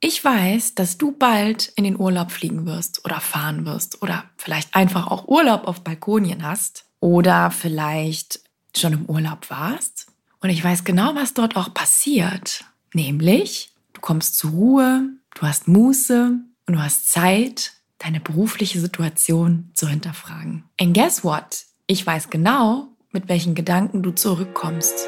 Ich weiß, dass du bald in den Urlaub fliegen wirst oder fahren wirst oder vielleicht einfach auch Urlaub auf Balkonien hast oder vielleicht schon im Urlaub warst. Und ich weiß genau, was dort auch passiert. Nämlich, du kommst zur Ruhe, du hast Muße und du hast Zeit, deine berufliche Situation zu hinterfragen. And guess what? Ich weiß genau, mit welchen Gedanken du zurückkommst.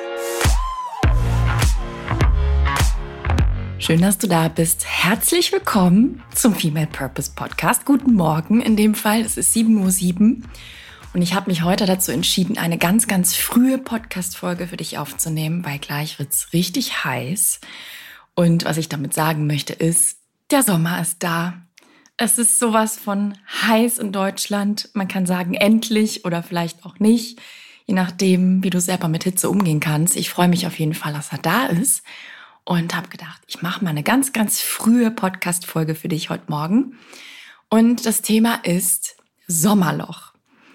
Schön, dass du da bist. Herzlich willkommen zum Female Purpose Podcast. Guten Morgen in dem Fall. Es ist 7:07 Uhr und ich habe mich heute dazu entschieden, eine ganz, ganz frühe Podcast-Folge für dich aufzunehmen, weil gleich wird's richtig heiß. Und was ich damit sagen möchte ist, der Sommer ist da. Es ist sowas von heiß in Deutschland. Man kann sagen, endlich oder vielleicht auch nicht, je nachdem, wie du selber mit Hitze umgehen kannst. Ich freue mich auf jeden Fall, dass er da ist. Und habe gedacht, ich mache mal eine ganz, ganz frühe Podcast-Folge für dich heute Morgen. Und das Thema ist Sommerloch.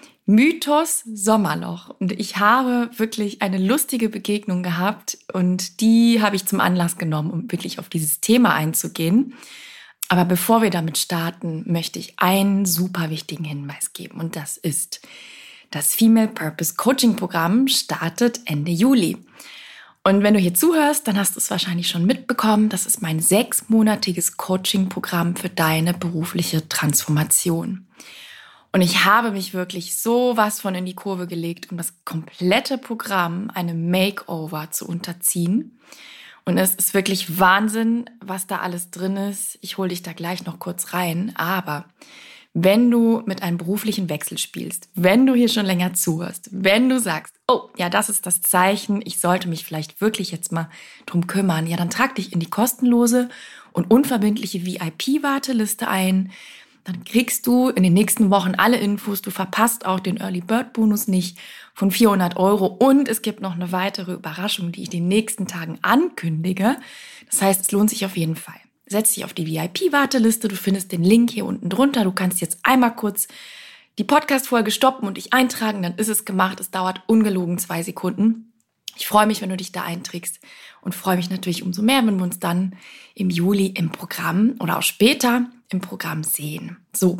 Mythos Sommerloch. Und ich habe wirklich eine lustige Begegnung gehabt und die habe ich zum Anlass genommen, um wirklich auf dieses Thema einzugehen. Aber bevor wir damit starten, möchte ich einen super wichtigen Hinweis geben. Und das ist, das Female Purpose Coaching Programm startet Ende Juli. Und wenn du hier zuhörst, dann hast du es wahrscheinlich schon mitbekommen. Das ist mein 6-monatiges Coaching-Programm für deine berufliche Transformation. Und ich habe mich wirklich sowas von in die Kurve gelegt, um das komplette Programm einem Makeover zu unterziehen. Und es ist wirklich Wahnsinn, was da alles drin ist. Ich hole dich da gleich noch kurz rein. Aber wenn du mit einem beruflichen Wechsel spielst, wenn du hier schon länger zuhörst, wenn du sagst, oh, ja, das ist das Zeichen, ich sollte mich vielleicht wirklich jetzt mal drum kümmern, ja, dann trag dich in die kostenlose und unverbindliche VIP-Warteliste ein. Dann kriegst du in den nächsten Wochen alle Infos. Du verpasst auch den Early Bird Bonus nicht von 400 € und es gibt noch eine weitere Überraschung, die ich in den nächsten Tagen ankündige. Das heißt, es lohnt sich auf jeden Fall. Setz dich auf die VIP-Warteliste, du findest den Link hier unten drunter. Du kannst jetzt einmal kurz die Podcast-Folge stoppen und dich eintragen, dann ist es gemacht. Es dauert ungelogen 2 Sekunden. Ich freue mich, wenn du dich da einträgst und freue mich natürlich umso mehr, wenn wir uns dann im Juli im Programm oder auch später im Programm sehen. So,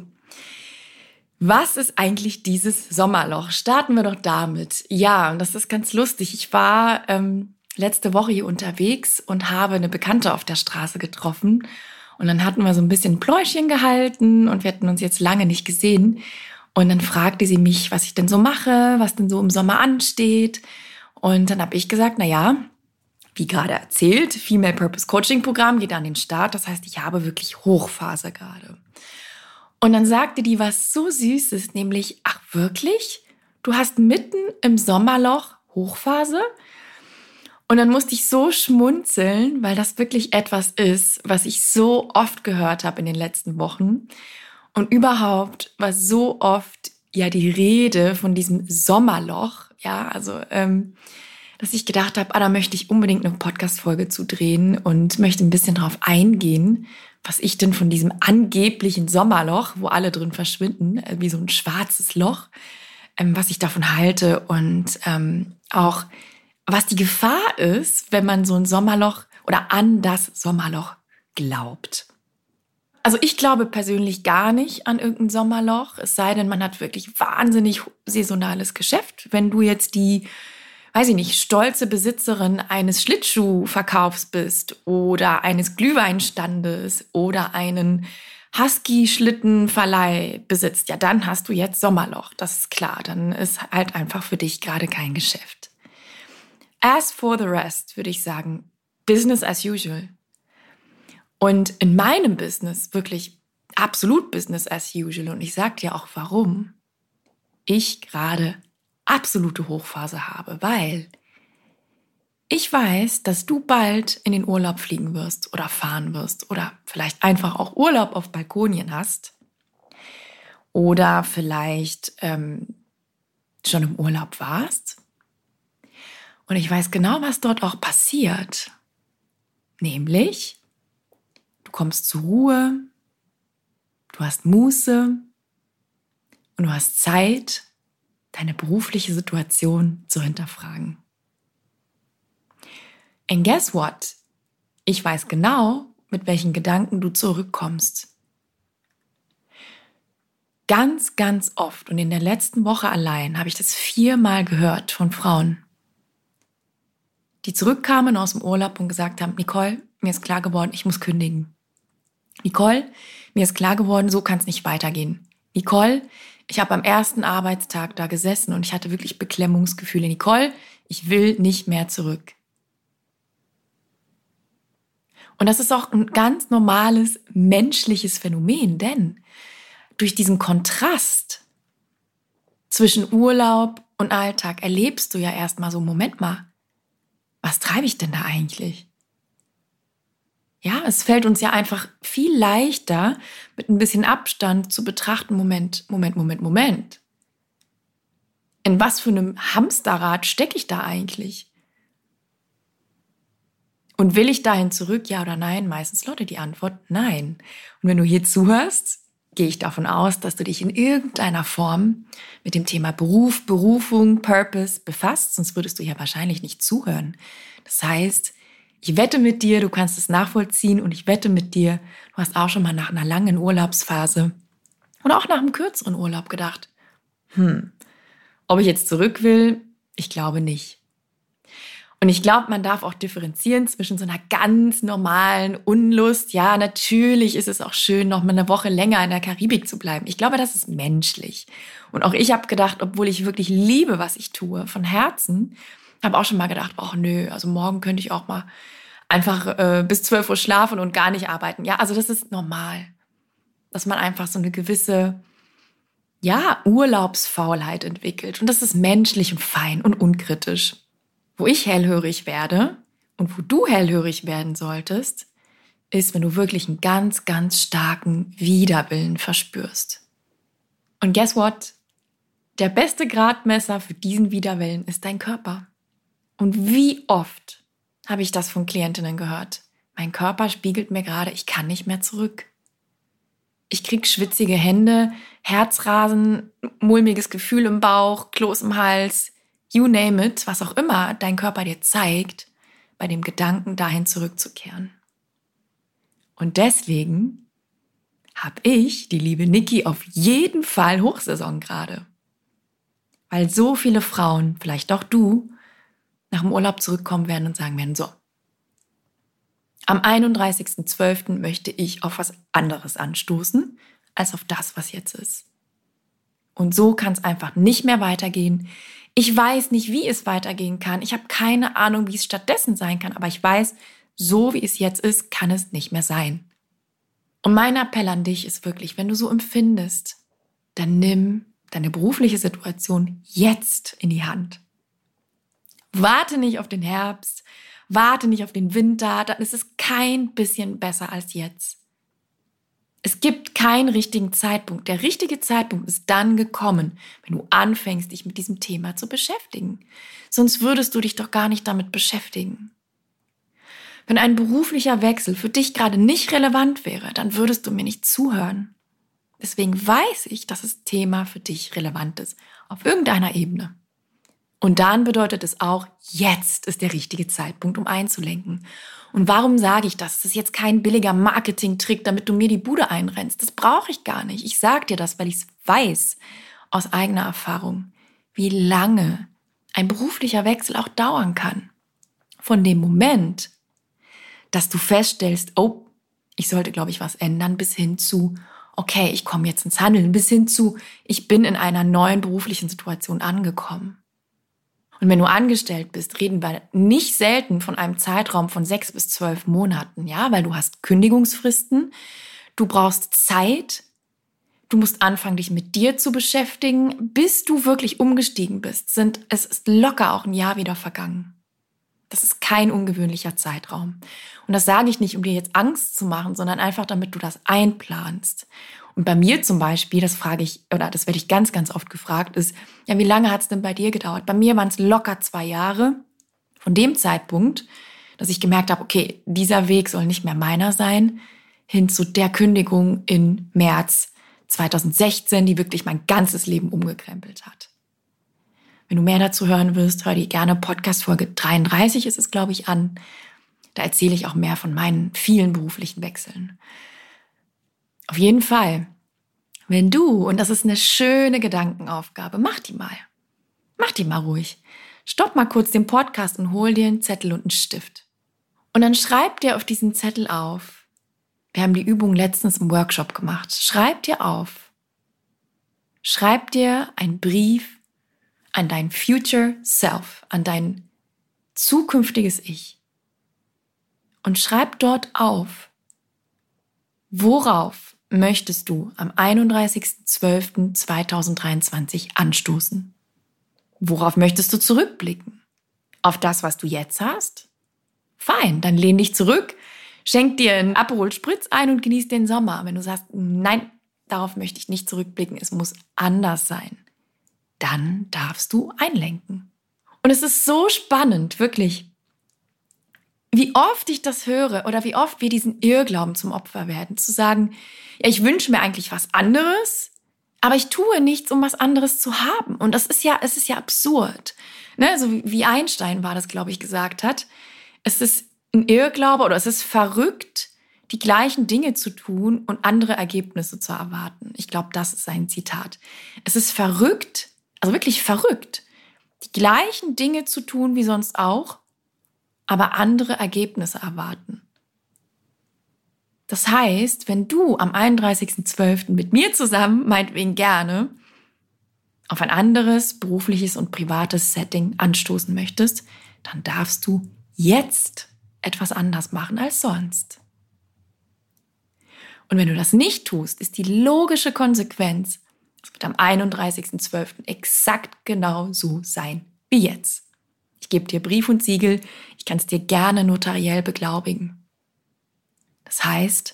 was ist eigentlich dieses Sommerloch? Starten wir doch damit. Ja, und das ist ganz lustig. Ich war letzte Woche hier unterwegs und habe eine Bekannte auf der Straße getroffen. Und dann hatten wir so ein bisschen Pläuschchen gehalten und wir hatten uns jetzt lange nicht gesehen. Und dann fragte sie mich, was ich denn so mache, was denn so im Sommer ansteht. Und dann habe ich gesagt, naja, wie gerade erzählt, Female Purpose Coaching Programm geht an den Start. Das heißt, ich habe wirklich Hochphase gerade. Und dann sagte die was so Süßes, nämlich, ach wirklich? Du hast mitten im Sommerloch Hochphase? Und dann musste ich so schmunzeln, weil das wirklich etwas ist, was ich so oft gehört habe in den letzten Wochen. Und überhaupt war so oft ja die Rede von diesem Sommerloch. Ja, also dass ich gedacht habe, da möchte ich unbedingt eine Podcast-Folge zu drehen und möchte ein bisschen drauf eingehen, was ich denn von diesem angeblichen Sommerloch, wo alle drin verschwinden, wie so ein schwarzes Loch, was ich davon halte und auch was die Gefahr ist, wenn man so ein Sommerloch oder an das Sommerloch glaubt. Also ich glaube persönlich gar nicht an irgendein Sommerloch, es sei denn, man hat wirklich wahnsinnig saisonales Geschäft. Wenn du jetzt die, weiß ich nicht, stolze Besitzerin eines Schlittschuhverkaufs bist oder eines Glühweinstandes oder einen Husky-Schlittenverleih besitzt, ja, dann hast du jetzt Sommerloch, das ist klar. Dann ist halt einfach für dich gerade kein Geschäft. As for the rest würde ich sagen, Business as usual. Und in meinem Business wirklich absolut Business as usual. Und ich sage dir auch, warum ich gerade absolute Hochphase habe. Weil ich weiß, dass du bald in den Urlaub fliegen wirst oder fahren wirst oder vielleicht einfach auch Urlaub auf Balkonien hast oder vielleicht schon im Urlaub warst. Und ich weiß genau, was dort auch passiert. Nämlich, du kommst zur Ruhe, du hast Muße und du hast Zeit, deine berufliche Situation zu hinterfragen. And guess what? Ich weiß genau, mit welchen Gedanken du zurückkommst. Ganz, ganz oft und in der letzten Woche allein habe ich das 4-mal gehört von Frauen, die zurückkamen aus dem Urlaub und gesagt haben, Nicole, mir ist klar geworden, ich muss kündigen. Nicole, mir ist klar geworden, so kann es nicht weitergehen. Nicole, ich habe am ersten Arbeitstag da gesessen und ich hatte wirklich Beklemmungsgefühle. Nicole, ich will nicht mehr zurück. Und das ist auch ein ganz normales menschliches Phänomen, denn durch diesen Kontrast zwischen Urlaub und Alltag erlebst du ja erstmal so, Moment mal, was treibe ich denn da eigentlich? Ja, es fällt uns ja einfach viel leichter, mit ein bisschen Abstand zu betrachten, Moment. In was für einem Hamsterrad stecke ich da eigentlich? Und will ich dahin zurück, ja oder nein? Meistens lautet die Antwort nein. Und wenn du hier zuhörst, gehe ich davon aus, dass du dich in irgendeiner Form mit dem Thema Beruf, Berufung, Purpose befasst, sonst würdest du ja wahrscheinlich nicht zuhören. Das heißt, ich wette mit dir, du kannst es nachvollziehen und ich wette mit dir, du hast auch schon mal nach einer langen Urlaubsphase oder auch nach einem kürzeren Urlaub gedacht, ob ich jetzt zurück will? Ich glaube nicht. Und ich glaube, man darf auch differenzieren zwischen so einer ganz normalen Unlust. Ja, natürlich ist es auch schön, noch mal eine Woche länger in der Karibik zu bleiben. Ich glaube, das ist menschlich. Und auch ich habe gedacht, obwohl ich wirklich liebe, was ich tue, von Herzen, habe auch schon mal gedacht, ach nö, also morgen könnte ich auch mal einfach bis 12 Uhr schlafen und gar nicht arbeiten. Ja, also das ist normal, dass man einfach so eine gewisse, ja, Urlaubsfaulheit entwickelt. Und das ist menschlich und fein und unkritisch. Wo ich hellhörig werde und wo du hellhörig werden solltest, ist, wenn du wirklich einen ganz, ganz starken Widerwillen verspürst. Und guess what? Der beste Gradmesser für diesen Widerwillen ist dein Körper. Und wie oft habe ich das von Klientinnen gehört? Mein Körper spiegelt mir gerade, ich kann nicht mehr zurück. Ich kriege schwitzige Hände, Herzrasen, mulmiges Gefühl im Bauch, Kloß im Hals, you name it, was auch immer dein Körper dir zeigt, bei dem Gedanken dahin zurückzukehren. Und deswegen habe ich, die liebe Niki, auf jeden Fall Hochsaison gerade. Weil so viele Frauen, vielleicht auch du, nach dem Urlaub zurückkommen werden und sagen werden, so, am 31.12. möchte ich auf was anderes anstoßen, als auf das, was jetzt ist. Und so kann es einfach nicht mehr weitergehen. Ich weiß nicht, wie es weitergehen kann. Ich habe keine Ahnung, wie es stattdessen sein kann. Aber ich weiß, so wie es jetzt ist, kann es nicht mehr sein. Und mein Appell an dich ist wirklich, wenn du so empfindest, dann nimm deine berufliche Situation jetzt in die Hand. Warte nicht auf den Herbst, warte nicht auf den Winter, dann ist es kein bisschen besser als jetzt. Es gibt keinen richtigen Zeitpunkt. Der richtige Zeitpunkt ist dann gekommen, wenn du anfängst, dich mit diesem Thema zu beschäftigen. Sonst würdest du dich doch gar nicht damit beschäftigen. Wenn ein beruflicher Wechsel für dich gerade nicht relevant wäre, dann würdest du mir nicht zuhören. Deswegen weiß ich, dass das Thema für dich relevant ist, auf irgendeiner Ebene. Und dann bedeutet es auch, jetzt ist der richtige Zeitpunkt, um einzulenken. Und warum sage ich das? Das ist jetzt kein billiger Marketing-Trick, damit du mir die Bude einrennst. Das brauche ich gar nicht. Ich sage dir das, weil ich es weiß, aus eigener Erfahrung, wie lange ein beruflicher Wechsel auch dauern kann. Von dem Moment, dass du feststellst, oh, ich sollte, glaube ich, was ändern, bis hin zu, okay, ich komme jetzt ins Handeln, bis hin zu, ich bin in einer neuen beruflichen Situation angekommen. Und wenn du angestellt bist, reden wir nicht selten von einem Zeitraum von 6 bis 12 Monaten, ja, weil du hast Kündigungsfristen, du brauchst Zeit, du musst anfangen, dich mit dir zu beschäftigen, bis du wirklich umgestiegen bist. Es ist locker auch ein Jahr wieder vergangen. Das ist kein ungewöhnlicher Zeitraum. Und das sage ich nicht, um dir jetzt Angst zu machen, sondern einfach, damit du das einplanst. Und bei mir zum Beispiel, das frage ich, oder das werde ich ganz, ganz oft gefragt, ist, ja, wie lange hat es denn bei dir gedauert? Bei mir waren es locker 2 Jahre. Von dem Zeitpunkt, dass ich gemerkt habe, okay, dieser Weg soll nicht mehr meiner sein, hin zu der Kündigung in März 2016, die wirklich mein ganzes Leben umgekrempelt hat. Wenn du mehr dazu hören willst, hör dir gerne Podcast-Folge 33 ist es, glaube ich, an. Da erzähle ich auch mehr von meinen vielen beruflichen Wechseln. Auf jeden Fall, wenn du, und das ist eine schöne Gedankenaufgabe, mach die mal ruhig. Stopp mal kurz den Podcast und hol dir einen Zettel und einen Stift. Und dann schreib dir auf diesen Zettel auf. Wir haben die Übung letztens im Workshop gemacht. Schreib dir auf. Schreib dir einen Brief an dein Future Self, an dein zukünftiges Ich. Und schreib dort auf, worauf möchtest du am 31.12.2023 anstoßen? Worauf möchtest du zurückblicken? Auf das, was du jetzt hast? Fein, dann lehn dich zurück, schenk dir einen Aperol Spritz ein und genieß den Sommer. Wenn du sagst, nein, darauf möchte ich nicht zurückblicken, es muss anders sein, dann darfst du einlenken. Und es ist so spannend, wirklich, wie oft ich das höre oder wie oft wir diesen Irrglauben zum Opfer werden, zu sagen, ja, ich wünsche mir eigentlich was anderes, aber ich tue nichts, um was anderes zu haben. Und es ist ja absurd. Ne? So wie Einstein war das, glaube ich, gesagt hat. Es ist ein Irrglaube oder es ist verrückt, die gleichen Dinge zu tun und andere Ergebnisse zu erwarten. Ich glaube, das ist sein Zitat. Es ist verrückt, also wirklich verrückt, die gleichen Dinge zu tun wie sonst auch, aber andere Ergebnisse erwarten. Das heißt, wenn du am 31.12. mit mir zusammen, meinetwegen gerne, auf ein anderes berufliches und privates Setting anstoßen möchtest, dann darfst du jetzt etwas anders machen als sonst. Und wenn du das nicht tust, ist die logische Konsequenz, es wird am 31.12. exakt genau so sein wie jetzt. Ich gebe dir Brief und Siegel, ich kann es dir gerne notariell beglaubigen. Das heißt,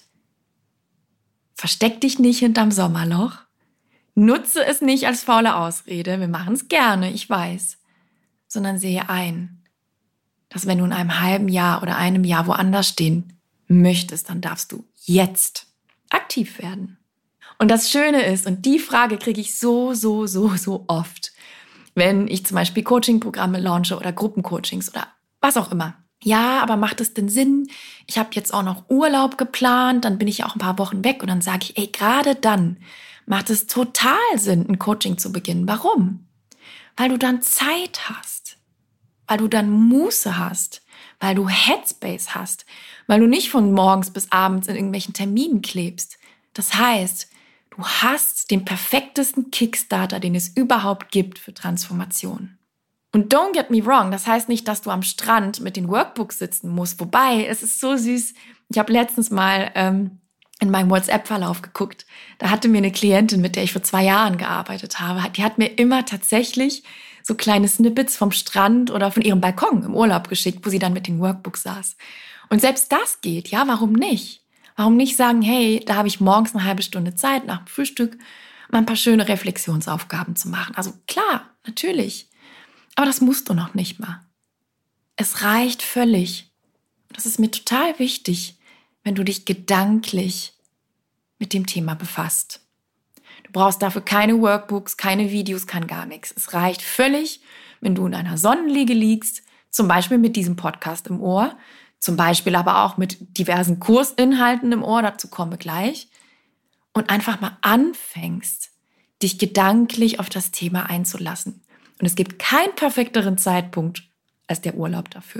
versteck dich nicht hinterm Sommerloch, nutze es nicht als faule Ausrede, wir machen es gerne, ich weiß, sondern sehe ein, dass wenn du in einem halben Jahr oder einem Jahr woanders stehen möchtest, dann darfst du jetzt aktiv werden. Und das Schöne ist, und die Frage kriege ich so oft, wenn ich zum Beispiel Coaching-Programme launche oder Gruppencoachings oder was auch immer. Ja, aber macht es denn Sinn? Ich habe jetzt auch noch Urlaub geplant, dann bin ich ja auch ein paar Wochen weg und dann sage ich, ey, gerade dann macht es total Sinn, ein Coaching zu beginnen. Warum? Weil du dann Zeit hast, weil du dann Muße hast, weil du Headspace hast, weil du nicht von morgens bis abends in irgendwelchen Terminen klebst. Das heißt, du hast den perfektesten Kickstarter, den es überhaupt gibt für Transformation. Und don't get me wrong, das heißt nicht, dass du am Strand mit den Workbooks sitzen musst. Wobei, es ist so süß. Ich habe letztens mal in meinem WhatsApp-Verlauf geguckt. Da hatte mir eine Klientin, mit der ich vor 2 Jahren gearbeitet habe, die hat mir immer tatsächlich so kleine Snippets vom Strand oder von ihrem Balkon im Urlaub geschickt, wo sie dann mit den Workbooks saß. Und selbst das geht, ja, warum nicht? Warum nicht sagen, hey, da habe ich morgens eine halbe Stunde Zeit nach dem Frühstück, mal ein paar schöne Reflexionsaufgaben zu machen. Also klar, natürlich. Aber das musst du noch nicht mal. Es reicht völlig. Das ist mir total wichtig, wenn du dich gedanklich mit dem Thema befasst. Du brauchst dafür keine Workbooks, keine Videos, kann gar nichts. Es reicht völlig, wenn du in einer Sonnenliege liegst, zum Beispiel mit diesem Podcast im Ohr, zum Beispiel aber auch mit diversen Kursinhalten im Ohr, dazu kommen wir gleich, und einfach mal anfängst, dich gedanklich auf das Thema einzulassen. Und es gibt keinen perfekteren Zeitpunkt als der Urlaub dafür.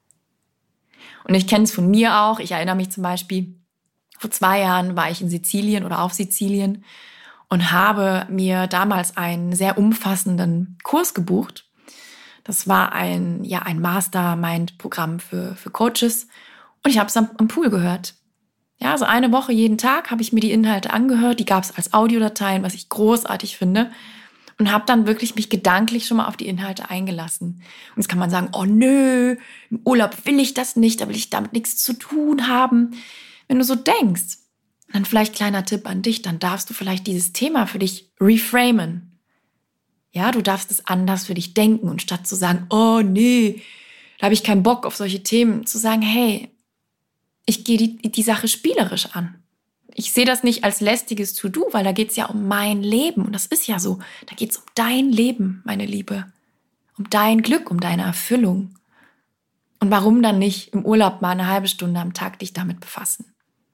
Und ich kenne es von mir auch. Ich erinnere mich zum Beispiel, vor 2 Jahren war ich in Sizilien oder auf Sizilien und habe mir damals einen sehr umfassenden Kurs gebucht. Das war ein Mastermind-Programm für Coaches und ich habe es am Pool gehört. Ja, also 1 Woche jeden Tag habe ich mir die Inhalte angehört. Die gab es als Audiodateien, was ich großartig finde. Und habe dann wirklich mich gedanklich schon mal auf die Inhalte eingelassen. Und jetzt kann man sagen, oh nö, im Urlaub will ich das nicht, da will ich damit nichts zu tun haben. Wenn du so denkst, dann vielleicht kleiner Tipp an dich, dann darfst du vielleicht dieses Thema für dich reframen. Ja, du darfst es anders für dich denken und statt zu sagen, oh nee, da habe ich keinen Bock auf solche Themen, zu sagen, hey, ich gehe die Sache spielerisch an. Ich sehe das nicht als lästiges To-Do, weil da geht es ja um mein Leben. Und das ist ja so. Da geht es um dein Leben, meine Liebe. Um dein Glück, um deine Erfüllung. Und warum dann nicht im Urlaub mal eine halbe Stunde am Tag dich damit befassen?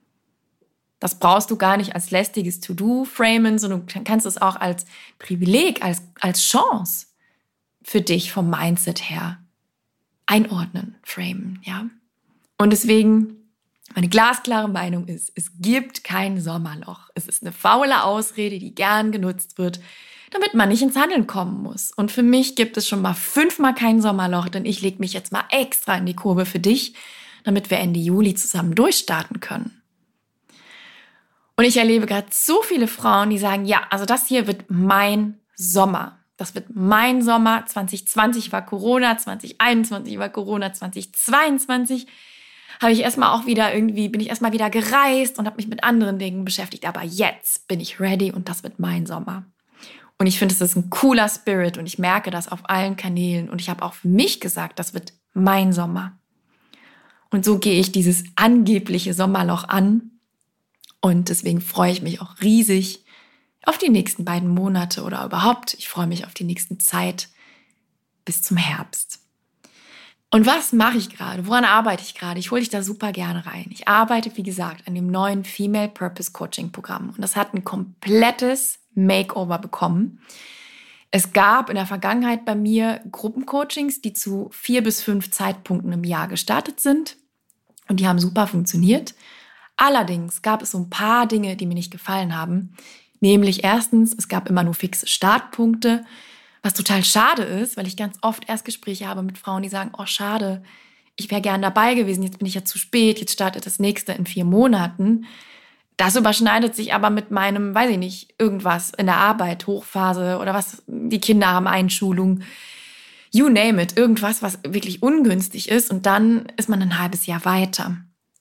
Das brauchst du gar nicht als lästiges To-Do framen, sondern du kannst es auch als Privileg, als Chance für dich vom Mindset her einordnen, framen, ja. Und deswegen, meine glasklare Meinung ist, es gibt kein Sommerloch. Es ist eine faule Ausrede, die gern genutzt wird, damit man nicht ins Handeln kommen muss. Und für mich gibt es schon mal 5-mal kein Sommerloch, denn ich lege mich jetzt mal extra in die Kurve für dich, damit wir Ende Juli zusammen durchstarten können. Und ich erlebe gerade so viele Frauen, die sagen, ja, also das hier wird mein Sommer. Das wird mein Sommer. 2020 war Corona, 2021 war Corona, 2022 bin ich erstmal wieder gereist und habe mich mit anderen Dingen beschäftigt. Aber jetzt bin ich ready und das wird mein Sommer. Und ich finde, es ist ein cooler Spirit und ich merke das auf allen Kanälen. Und ich habe auch für mich gesagt, das wird mein Sommer. Und so gehe ich dieses angebliche Sommerloch an. Und deswegen freue ich mich auch riesig auf die nächsten 2 Monate oder überhaupt. Ich freue mich auf die nächsten Zeit bis zum Herbst. Und was mache ich gerade? Woran arbeite ich gerade? Ich hole dich da super gerne rein. Ich arbeite, wie gesagt, an dem neuen Female Purpose Coaching Programm. Und das hat ein komplettes Makeover bekommen. Es gab in der Vergangenheit bei mir Gruppencoachings, die zu 4 bis 5 Zeitpunkten im Jahr gestartet sind. Und die haben super funktioniert. Allerdings gab es so ein paar Dinge, die mir nicht gefallen haben. Nämlich erstens, es gab immer nur fixe Startpunkte, was total schade ist, weil ich ganz oft Erstgespräche habe mit Frauen, die sagen, oh schade, ich wäre gern dabei gewesen, jetzt bin ich ja zu spät, jetzt startet das nächste in 4 Monaten. Das überschneidet sich aber mit meinem, weiß ich nicht, irgendwas in der Arbeit, Hochphase oder was, die Kinder haben Einschulung, you name it, irgendwas, was wirklich ungünstig ist und dann ist man ein halbes Jahr weiter.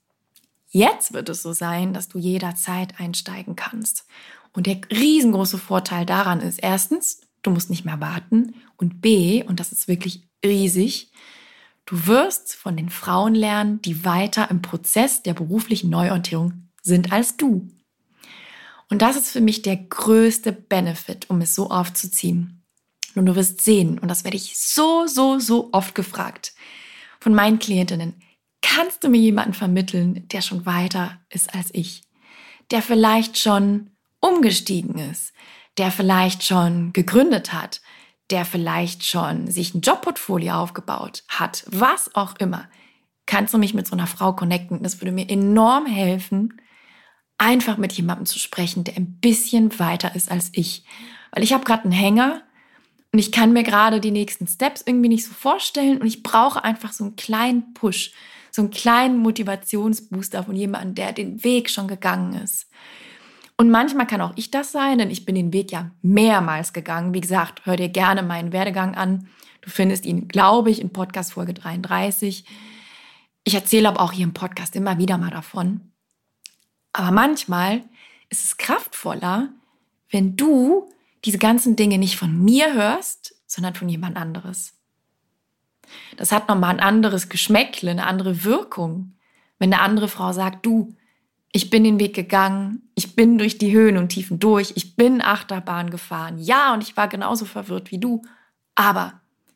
Jetzt wird es so sein, dass du jederzeit einsteigen kannst. Und der riesengroße Vorteil daran ist, erstens, du musst nicht mehr warten und B, und das ist wirklich riesig, du wirst von den Frauen lernen, die weiter im Prozess der beruflichen Neuorientierung sind als du. Und das ist für mich der größte Benefit, um es so aufzuziehen. Und du wirst sehen, und das werde ich so oft gefragt von meinen Klientinnen, kannst du mir jemanden vermitteln, der schon weiter ist als ich, der vielleicht schon umgestiegen ist, der vielleicht schon gegründet hat, der vielleicht schon sich ein Jobportfolio aufgebaut hat, was auch immer. Kannst du mich mit so einer Frau connecten? Das würde mir enorm helfen, einfach mit jemandem zu sprechen, der ein bisschen weiter ist als ich. Weil ich habe gerade einen Hänger und ich kann mir gerade die nächsten Steps irgendwie nicht so vorstellen und ich brauche einfach so einen kleinen Push, so einen kleinen Motivationsbooster von jemandem, der den Weg schon gegangen ist. Und manchmal kann auch ich das sein, denn ich bin den Weg ja mehrmals gegangen. Wie gesagt, hör dir gerne meinen Werdegang an. Du findest ihn, glaube ich, in Podcast Folge 33. Ich erzähle aber auch hier im Podcast immer wieder mal davon. Aber manchmal ist es kraftvoller, wenn du diese ganzen Dinge nicht von mir hörst, sondern von jemand anderes. Das hat nochmal ein anderes Geschmäckle, eine andere Wirkung. Wenn eine andere Frau sagt, du, ich bin den Weg gegangen, ich bin durch die Höhen und Tiefen durch, ich bin Achterbahn gefahren, ja, und ich war genauso verwirrt wie du, aber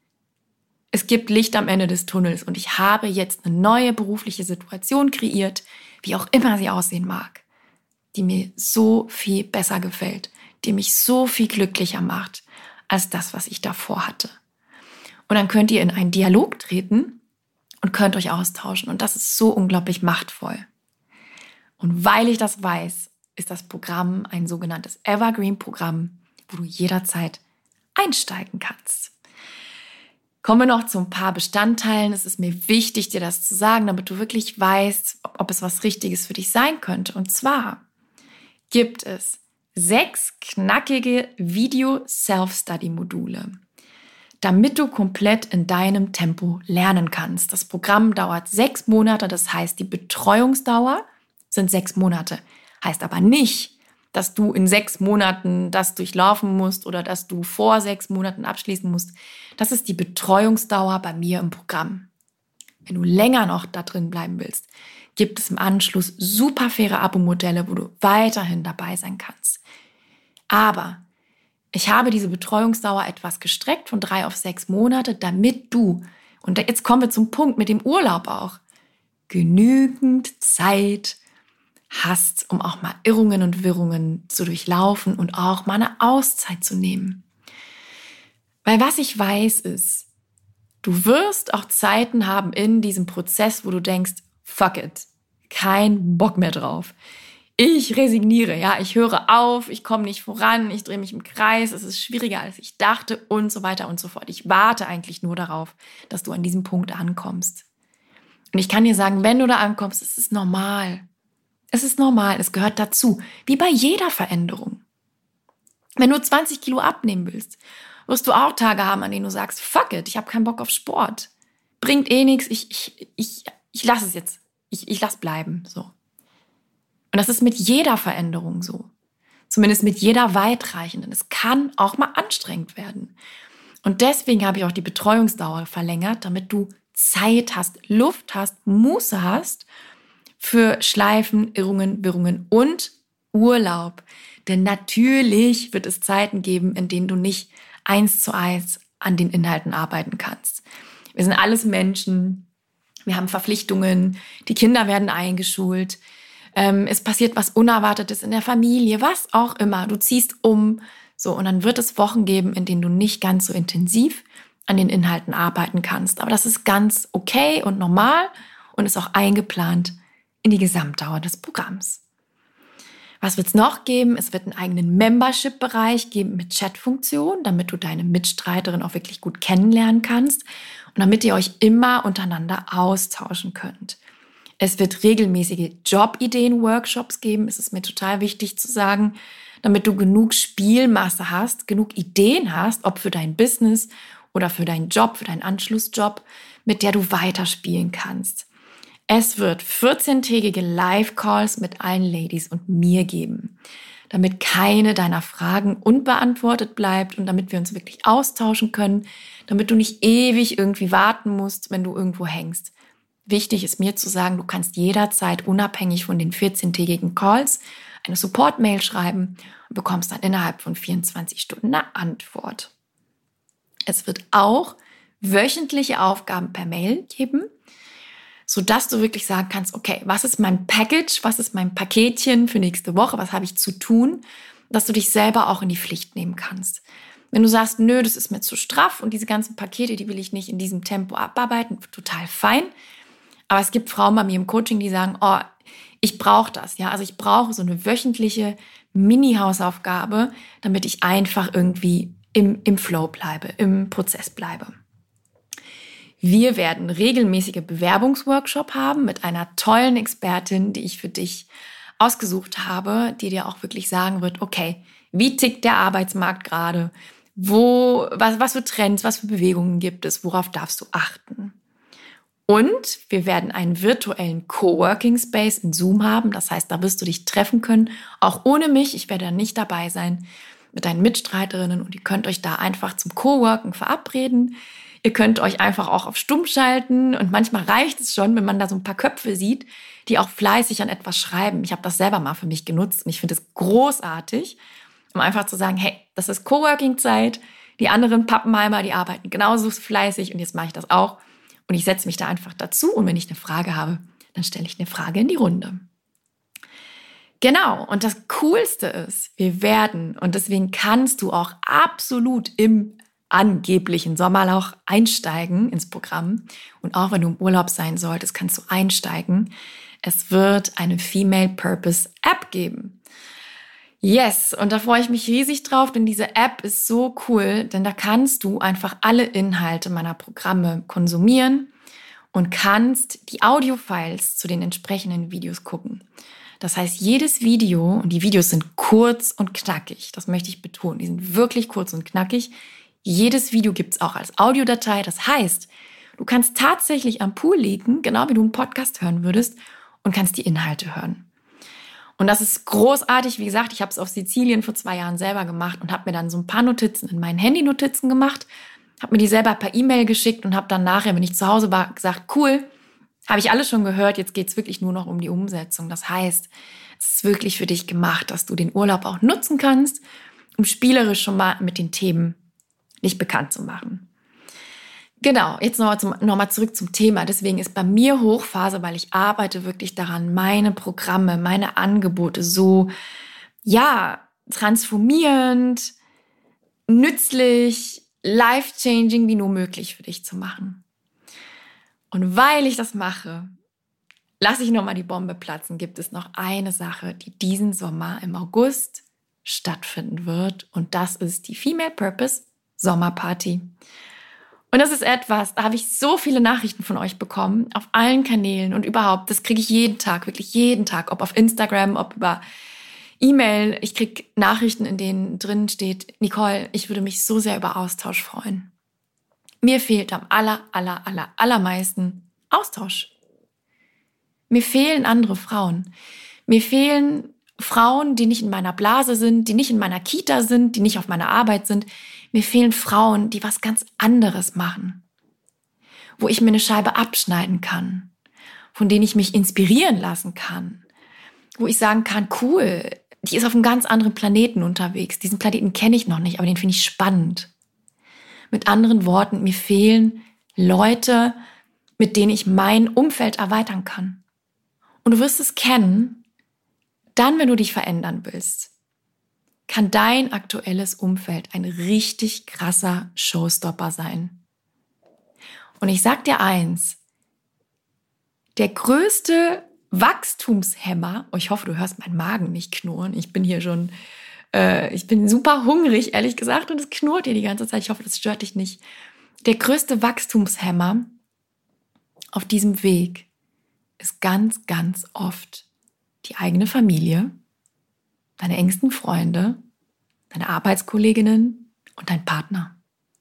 es gibt Licht am Ende des Tunnels und ich habe jetzt eine neue berufliche Situation kreiert, wie auch immer sie aussehen mag, die mir so viel besser gefällt, die mich so viel glücklicher macht, als das, was ich davor hatte. Und dann könnt ihr in einen Dialog treten und könnt euch austauschen. Und das ist so unglaublich machtvoll. Und weil ich das weiß, ist das Programm ein sogenanntes Evergreen-Programm, wo du jederzeit einsteigen kannst. Kommen wir noch zu ein paar Bestandteilen. Es ist mir wichtig, dir das zu sagen, damit du wirklich weißt, ob es was Richtiges für dich sein könnte. Und zwar gibt es 6 knackige Video-Self-Study-Module, damit du komplett in deinem Tempo lernen kannst. Das Programm dauert 6 Monate, das heißt, die Betreuungsdauer sind 6 Monate. Heißt aber nicht, dass du in 6 Monaten das durchlaufen musst oder dass du vor 6 Monaten abschließen musst. Das ist die Betreuungsdauer bei mir im Programm. Wenn du länger noch da drin bleiben willst, gibt es im Anschluss super faire Abo-Modelle, wo du weiterhin dabei sein kannst. Aber ich habe diese Betreuungsdauer etwas gestreckt von 3 auf 6 Monate, damit du, Und jetzt kommen wir zum Punkt mit dem Urlaub auch. Genügend Zeit hast, um auch mal Irrungen und Wirrungen zu durchlaufen und auch mal eine Auszeit zu nehmen. Weil was ich weiß ist, du wirst auch Zeiten haben in diesem Prozess, wo du denkst, fuck it, kein Bock mehr drauf. Ich resigniere, ja, ich höre auf, ich komme nicht voran, ich drehe mich im Kreis, es ist schwieriger, als ich dachte und so weiter und so fort. Ich warte eigentlich nur darauf, dass du an diesem Punkt ankommst. Und ich kann dir sagen, wenn du da ankommst, es ist normal. Es ist normal, es gehört dazu, wie bei jeder Veränderung. Wenn du 20 Kilo abnehmen willst, wirst du auch Tage haben, an denen du sagst, fuck it, ich habe keinen Bock auf Sport. Bringt eh nichts, ich lasse es jetzt. Ich lasse bleiben, so. Und das ist mit jeder Veränderung so. Zumindest mit jeder weitreichenden. Es kann auch mal anstrengend werden. Und deswegen habe ich auch die Betreuungsdauer verlängert, damit du Zeit hast, Luft hast, Muße hast für Schleifen, Irrungen, Wirrungen und Urlaub. Denn natürlich wird es Zeiten geben, in denen du nicht 1:1 an den Inhalten arbeiten kannst. Wir sind alles Menschen, wir haben Verpflichtungen, die Kinder werden eingeschult, es passiert was Unerwartetes in der Familie, was auch immer. Du ziehst um, so, und dann wird es Wochen geben, in denen du nicht ganz so intensiv an den Inhalten arbeiten kannst. Aber das ist ganz okay und normal und ist auch eingeplant in die Gesamtdauer des Programms. Was wird es noch geben? Es wird einen eigenen Membership-Bereich geben mit Chat-Funktion, damit du deine Mitstreiterin auch wirklich gut kennenlernen kannst und damit ihr euch immer untereinander austauschen könnt. Es wird regelmäßige Jobideen-Workshops geben, es ist mir total wichtig zu sagen, damit du genug Spielmasse hast, genug Ideen hast, ob für dein Business oder für deinen Job, für deinen Anschlussjob, mit der du weiterspielen kannst. Es wird 14-tägige Live-Calls mit allen Ladies und mir geben, damit keine deiner Fragen unbeantwortet bleibt und damit wir uns wirklich austauschen können, damit du nicht ewig irgendwie warten musst, wenn du irgendwo hängst. Wichtig ist mir zu sagen, du kannst jederzeit unabhängig von den 14-tägigen Calls eine Support-Mail schreiben und bekommst dann innerhalb von 24 Stunden eine Antwort. Es wird auch wöchentliche Aufgaben per Mail geben, sodass du wirklich sagen kannst, okay, was ist mein Package, was ist mein Paketchen für nächste Woche, was habe ich zu tun, dass du dich selber auch in die Pflicht nehmen kannst. Wenn du sagst, nö, das ist mir zu straff und diese ganzen Pakete, die will ich nicht in diesem Tempo abarbeiten, total fein. Aber es gibt Frauen bei mir im Coaching, die sagen, oh, ich brauche das, ja, also ich brauche so eine wöchentliche Mini-Hausaufgabe, damit ich einfach irgendwie im Flow bleibe, im Prozess bleibe. Wir werden regelmäßige Bewerbungsworkshop haben mit einer tollen Expertin, die ich für dich ausgesucht habe, die dir auch wirklich sagen wird, okay, wie tickt der Arbeitsmarkt gerade? Was für Trends, was für Bewegungen gibt es? Worauf darfst du achten? Und wir werden einen virtuellen Coworking Space in Zoom haben. Das heißt, da wirst du dich treffen können, auch ohne mich. Ich werde da nicht dabei sein mit deinen Mitstreiterinnen und ihr könnt euch da einfach zum Coworken verabreden. Ihr könnt euch einfach auch auf Stumm schalten und manchmal reicht es schon, wenn man da so ein paar Köpfe sieht, die auch fleißig an etwas schreiben. Ich habe das selber mal für mich genutzt und ich finde es großartig, um einfach zu sagen, hey, das ist Coworking-Zeit. Die anderen Pappenheimer, die arbeiten genauso fleißig und jetzt mache ich das auch. Und ich setze mich da einfach dazu und wenn ich eine Frage habe, dann stelle ich eine Frage in die Runde. Genau, und das Coolste ist, wir werden, und deswegen kannst du auch absolut im angeblichen Sommerloch einsteigen ins Programm. Und auch wenn du im Urlaub sein solltest, kannst du einsteigen. Es wird eine Female Purpose App geben. Yes, und da freue ich mich riesig drauf, denn diese App ist so cool, denn da kannst du einfach alle Inhalte meiner Programme konsumieren und kannst die Audiofiles zu den entsprechenden Videos gucken. Das heißt, jedes Video, und die Videos sind kurz und knackig, das möchte ich betonen, die sind wirklich kurz und knackig. Jedes Video gibt's auch als Audiodatei, das heißt, du kannst tatsächlich am Pool liegen, genau wie du einen Podcast hören würdest, und kannst die Inhalte hören. Und das ist großartig. Wie gesagt, ich habe es auf Sizilien vor 2 Jahren selber gemacht und habe mir dann so ein paar Notizen in meinen Handy-Notizen gemacht, habe mir die selber per E-Mail geschickt und habe dann nachher, wenn ich zu Hause war, gesagt, cool, habe ich alles schon gehört, jetzt geht's wirklich nur noch um die Umsetzung. Das heißt, es ist wirklich für dich gemacht, dass du den Urlaub auch nutzen kannst, um spielerisch schon mal mit den Themen dich bekannt zu machen. Genau, jetzt nochmal zurück zum Thema. Deswegen ist bei mir Hochphase, weil ich arbeite wirklich daran, meine Programme, meine Angebote so, transformierend, nützlich, life-changing wie nur möglich für dich zu machen. Und weil ich das mache, lasse ich nochmal die Bombe platzen, gibt es noch eine Sache, die diesen Sommer im August stattfinden wird. Und das ist die Female Purpose Sommerparty. Und das ist etwas, da habe ich so viele Nachrichten von euch bekommen, auf allen Kanälen und überhaupt, das kriege ich jeden Tag, wirklich jeden Tag, ob auf Instagram, ob über E-Mail. Ich kriege Nachrichten, in denen drin steht, Nicole, ich würde mich so sehr über Austausch freuen. Mir fehlt am allermeisten Austausch. Mir fehlen andere Frauen. Mir fehlen Frauen, die nicht in meiner Blase sind, die nicht in meiner Kita sind, die nicht auf meiner Arbeit sind. Mir fehlen Frauen, die was ganz anderes machen, wo ich mir eine Scheibe abschneiden kann, von denen ich mich inspirieren lassen kann, wo ich sagen kann, cool, die ist auf einem ganz anderen Planeten unterwegs. Diesen Planeten kenne ich noch nicht, aber den finde ich spannend. Mit anderen Worten, mir fehlen Leute, mit denen ich mein Umfeld erweitern kann. Und du wirst es kennen, dann, wenn du dich verändern willst, kann dein aktuelles Umfeld ein richtig krasser Showstopper sein. Und ich sag dir eins, der größte Wachstumshemmer, ich hoffe, du hörst meinen Magen nicht knurren, ich bin hier schon, ich bin super hungrig, ehrlich gesagt, und es knurrt hier die ganze Zeit, ich hoffe, das stört dich nicht. Der größte Wachstumshemmer auf diesem Weg ist ganz, ganz oft die eigene Familie, deine engsten Freunde, deine Arbeitskolleginnen und dein Partner.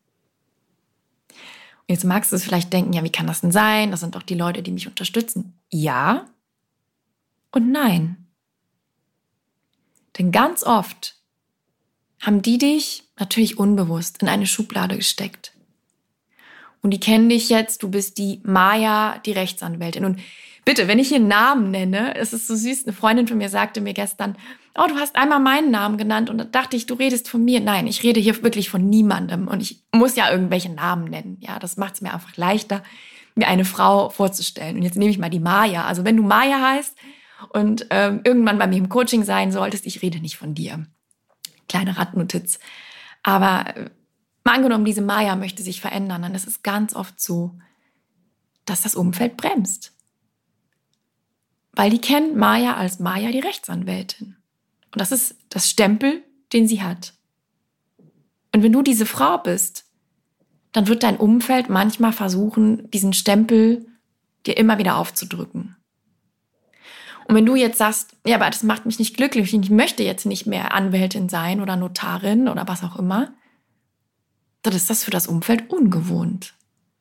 Und jetzt magst du es vielleicht denken, ja, wie kann das denn sein? Das sind doch die Leute, die mich unterstützen. Ja und nein. Denn ganz oft haben die dich natürlich unbewusst in eine Schublade gesteckt. Und die kennen dich jetzt, du bist die Maja, die Rechtsanwältin. Und bitte, wenn ich hier Namen nenne, es ist so süß, eine Freundin von mir sagte mir gestern, oh, du hast einmal meinen Namen genannt und da dachte ich, du redest von mir. Nein, ich rede hier wirklich von niemandem und ich muss ja irgendwelche Namen nennen. Ja, das macht es mir einfach leichter, mir eine Frau vorzustellen. Und jetzt nehme ich mal die Maja. Also wenn du Maja heißt und irgendwann bei mir im Coaching sein solltest, ich rede nicht von dir. Kleine Randnotiz. Aber mal angenommen, diese Maja möchte sich verändern, dann ist es ganz oft so, dass das Umfeld bremst. Weil die kennen Maja als Maja, die Rechtsanwältin. Und das ist das Stempel, den sie hat. Und wenn du diese Frau bist, dann wird dein Umfeld manchmal versuchen, diesen Stempel dir immer wieder aufzudrücken. Und wenn du jetzt sagst, ja, aber das macht mich nicht glücklich, ich möchte jetzt nicht mehr Anwältin sein oder Notarin oder was auch immer, dann ist das für das Umfeld ungewohnt.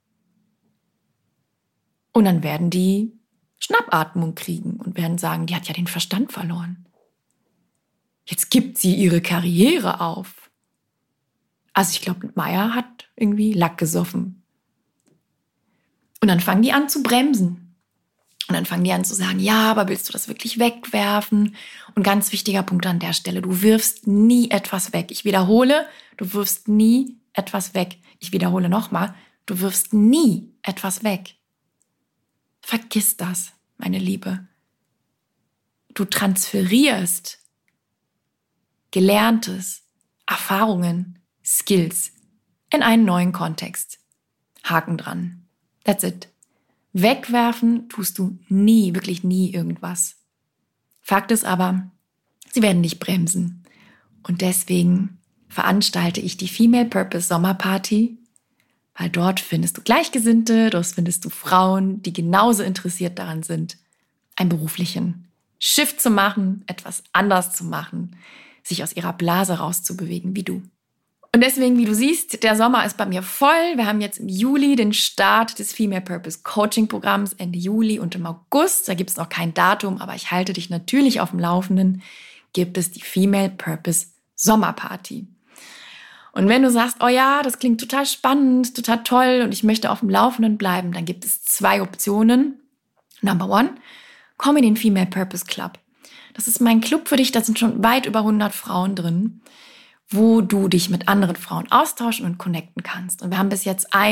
Und dann werden die Schnappatmung kriegen und werden sagen, die hat ja den Verstand verloren. Jetzt gibt sie ihre Karriere auf. Also ich glaube, Maja hat irgendwie Lack gesoffen. Und dann fangen die an zu bremsen. Und dann fangen die an zu sagen, ja, aber willst du das wirklich wegwerfen? Und ganz wichtiger Punkt an der Stelle, du wirfst nie etwas weg. Ich wiederhole, du wirfst nie etwas weg. Ich wiederhole nochmal, du wirfst nie etwas weg. Vergiss das, meine Liebe. Du transferierst Gelerntes, Erfahrungen, Skills in einen neuen Kontext. Haken dran. That's it. Wegwerfen tust du nie, wirklich nie irgendwas. Fakt ist aber, sie werden dich bremsen. Und deswegen veranstalte ich die Female Purpose Sommerparty, weil dort findest du Gleichgesinnte, dort findest du Frauen, die genauso interessiert daran sind, einen beruflichen Shift zu machen, etwas anders zu machen, sich aus ihrer Blase rauszubewegen wie du. Und deswegen, wie du siehst, der Sommer ist bei mir voll. Wir haben jetzt im Juli den Start des Female Purpose Coaching Programms, Ende Juli, und im August, da gibt es noch kein Datum, aber ich halte dich natürlich auf dem Laufenden, gibt es die Female Purpose Sommerparty. Und wenn du sagst, oh ja, das klingt total spannend, total toll und ich möchte auf dem Laufenden bleiben, dann gibt es 2 Optionen. Number 1, komm in den Female Purpose Club. Das ist mein Club für dich, da sind schon weit über 100 Frauen drin, wo du dich mit anderen Frauen austauschen und connecten kannst. Und wir haben bis jetzt ein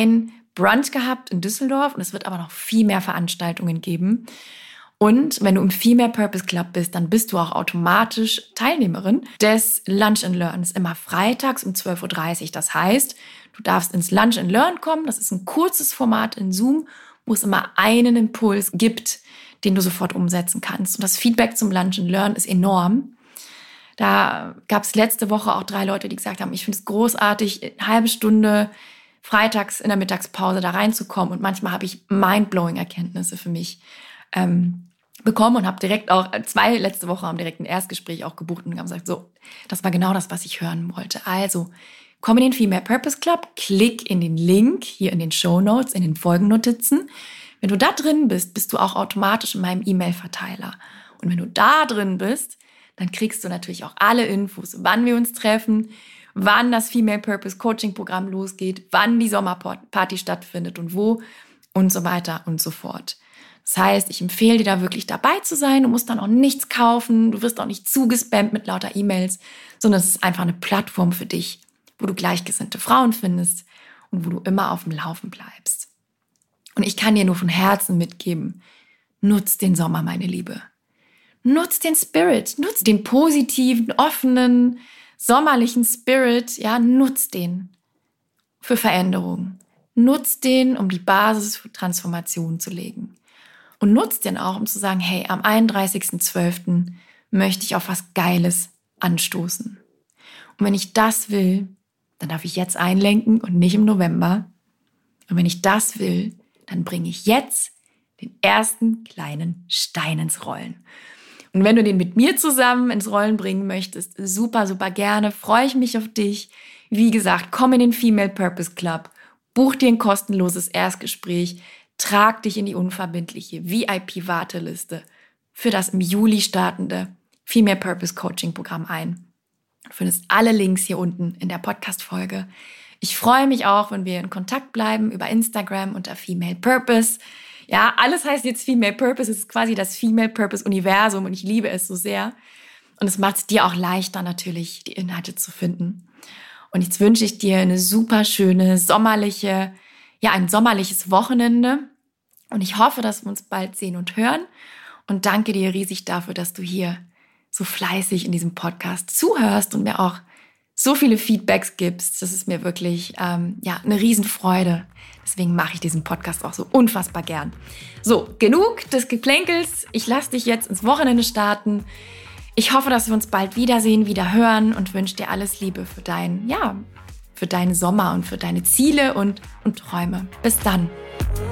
Brunch gehabt in Düsseldorf und es wird aber noch viel mehr Veranstaltungen geben. Und wenn du im Female Purpose Club bist, dann bist du auch automatisch Teilnehmerin des Lunch and Learn. Das ist immer freitags um 12.30 Uhr. Das heißt, du darfst ins Lunch and Learn kommen. Das ist ein kurzes Format in Zoom, wo es immer einen Impuls gibt, den du sofort umsetzen kannst. Und das Feedback zum Lunch and Learn ist enorm. Da gab es letzte Woche auch 3 Leute, die gesagt haben, ich finde es großartig, eine halbe Stunde freitags in der Mittagspause da reinzukommen. Und manchmal habe ich mindblowing Erkenntnisse für mich bekommen und habe direkt auch, 2 letzte Woche haben direkt ein Erstgespräch auch gebucht und haben gesagt, so, das war genau das, was ich hören wollte. Also, komm in den Female Purpose Club, klick in den Link hier in den Shownotes, in den Folgennotizen. Wenn du da drin bist, bist du auch automatisch in meinem E-Mail-Verteiler. Und wenn du da drin bist, dann kriegst du natürlich auch alle Infos, wann wir uns treffen, wann das Female Purpose Coaching Programm losgeht, wann die Sommerparty stattfindet und wo und so weiter und so fort. Das heißt, ich empfehle dir da wirklich dabei zu sein. Du musst dann auch nichts kaufen, du wirst auch nicht zugespammt mit lauter E-Mails, sondern es ist einfach eine Plattform für dich, wo du gleichgesinnte Frauen findest und wo du immer auf dem Laufen bleibst. Und ich kann dir nur von Herzen mitgeben, nutz den Sommer, meine Liebe. Nutz den Spirit, nutz den positiven, offenen, sommerlichen Spirit, ja, nutz den für Veränderung. Nutz den, um die Basis für Transformation zu legen. Und nutz den auch, um zu sagen, hey, am 31.12. möchte ich auf was Geiles anstoßen. Und wenn ich das will, dann darf ich jetzt einlenken und nicht im November. Und wenn ich das will, dann bringe ich jetzt den ersten kleinen Stein ins Rollen. Und wenn du den mit mir zusammen ins Rollen bringen möchtest, super, super gerne, freue ich mich auf dich. Wie gesagt, komm in den Female Purpose Club, buch dir ein kostenloses Erstgespräch, trag dich in die unverbindliche VIP-Warteliste für das im Juli startende Female Purpose Coaching Programm ein. Du findest alle Links hier unten in der Podcast-Folge. Ich freue mich auch, wenn wir in Kontakt bleiben über Instagram unter Female Purpose. Ja, alles heißt jetzt Female Purpose. Es ist quasi das Female Purpose Universum und ich liebe es so sehr. Und es macht es dir auch leichter, natürlich die Inhalte zu finden. Und jetzt wünsche ich dir eine super schöne, ein sommerliches Wochenende. Und ich hoffe, dass wir uns bald sehen und hören. Und danke dir riesig dafür, dass du hier so fleißig in diesem Podcast zuhörst und mir auch so viele Feedbacks gibst. Das ist mir wirklich eine Riesenfreude. Deswegen mache ich diesen Podcast auch so unfassbar gern. So, genug des Geplänkels. Ich lasse dich jetzt ins Wochenende starten. Ich hoffe, dass wir uns bald wiedersehen, wieder hören und wünsche dir alles Liebe für deinen Sommer und für deine Ziele und Träume. Bis dann.